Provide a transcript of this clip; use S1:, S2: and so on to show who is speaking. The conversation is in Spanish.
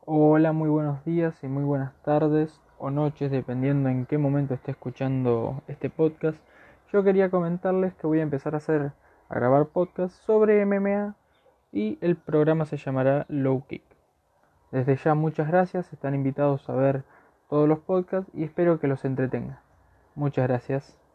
S1: Hola, muy buenos días y muy buenas tardes o noches, dependiendo en qué momento esté escuchando este podcast. Yo quería comentarles que voy a empezar a grabar podcast sobre MMA y el programa se llamará Low Kick. Desde ya muchas gracias, están invitados a ver todos los podcasts y espero que los entretenga. Muchas gracias.